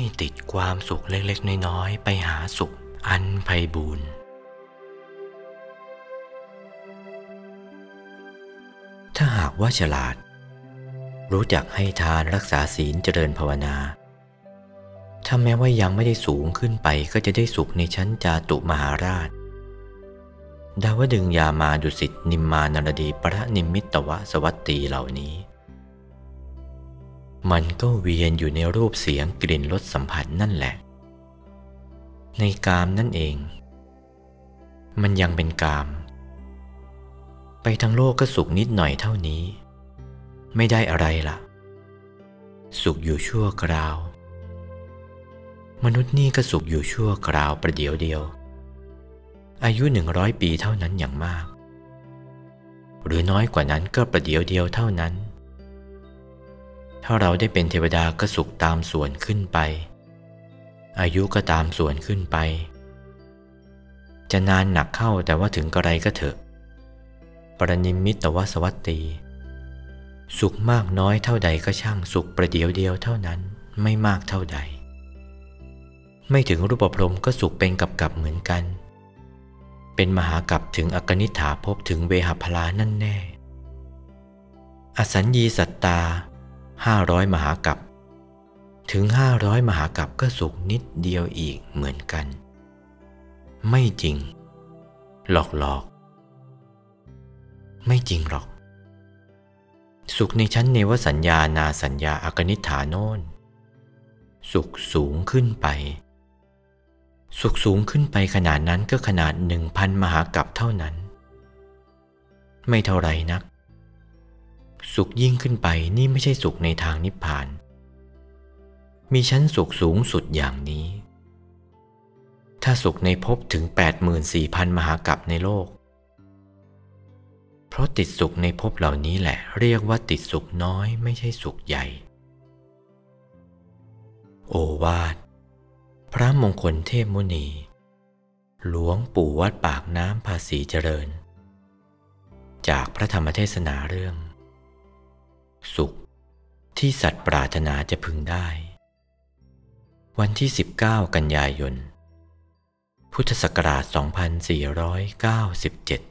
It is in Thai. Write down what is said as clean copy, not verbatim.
ติดความสุขเล็กๆน้อยๆไปหาสุขอันไพบูลย์ถ้าหากว่าฉลาดรู้จักให้ทานรักษาศีลเจริญภาวนาถ้าแม้ว่ายังไม่ได้สูงขึ้นไปก็จะได้สุขในชั้นจาตุมหาราชดาวดึงยามาดุสิตนิมมานรดีปรนิมมิตวสวัตตีเหล่านี้มันก็เวียนอยู่ในรูปเสียงกลิ่นรสสัมผัสนั่นแหละในกามนั่นเองมันยังเป็นกามไปทั้งโลกก็สุขนิดหน่อยเท่านี้ไม่ได้อะไรล่ะสุขอยู่ชั่วคราวมนุษย์นี่ก็สุขอยู่ชั่วคราวประเดี๋ยวเดียวอายุ100 ปีเท่านั้นอย่างมากหรือน้อยกว่านั้นก็ประเดี๋ยวเดียวเท่านั้นถ้าเราได้เป็นเทวดาก็สุขตามส่วนขึ้นไปอายุก็ตามส่วนขึ้นไปจะนานหนักเข้าแต่ว่าถึงกระไรก็เถอะปรนิมมิตวสวัตตีสุขมากน้อยเท่าใดก็ช่างสุขประเดี๋ยวเดียวเท่านั้นไม่มากเท่าใดไม่ถึงรูปพรหมก็สุขเป็นกับเหมือนกันเป็นมหากัปถึงอกนิษฐาภพถึงเวหพลานั่นแน่อสัญญีสัตตา500 มหากัปถึง500 มหากัปก็สุขนิดเดียวอีกเหมือนกันไม่จริงหลอกไม่จริงหรอกสุขในชั้นเนวสัญญานาสัญญาอกนิษฐาโน่นสุขสูงขึ้นไปสุขสูงขึ้นไปขนาดนั้นก็ขนาด 1,000 มหากัปเท่านั้นไม่เท่าไรนักสุขยิ่งขึ้นไปนี่ไม่ใช่สุขในทางนิพพานมีชั้นสุขสูงสุดอย่างนี้ถ้าสุขในภพถึง 84,000 มหากัปในโลกเพราะติดสุขในภพเหล่านี้แหละเรียกว่าติดสุขน้อยไม่ใช่สุขใหญ่โอวาทพระมงคลเทพมุนีหลวงปู่วัดปากน้ำภาษีเจริญจากพระธรรมเทศนาเรื่องสุขที่สัตว์ปรารถนาจะพึงได้วันที่19 กันยายนพุทธศักราช 2497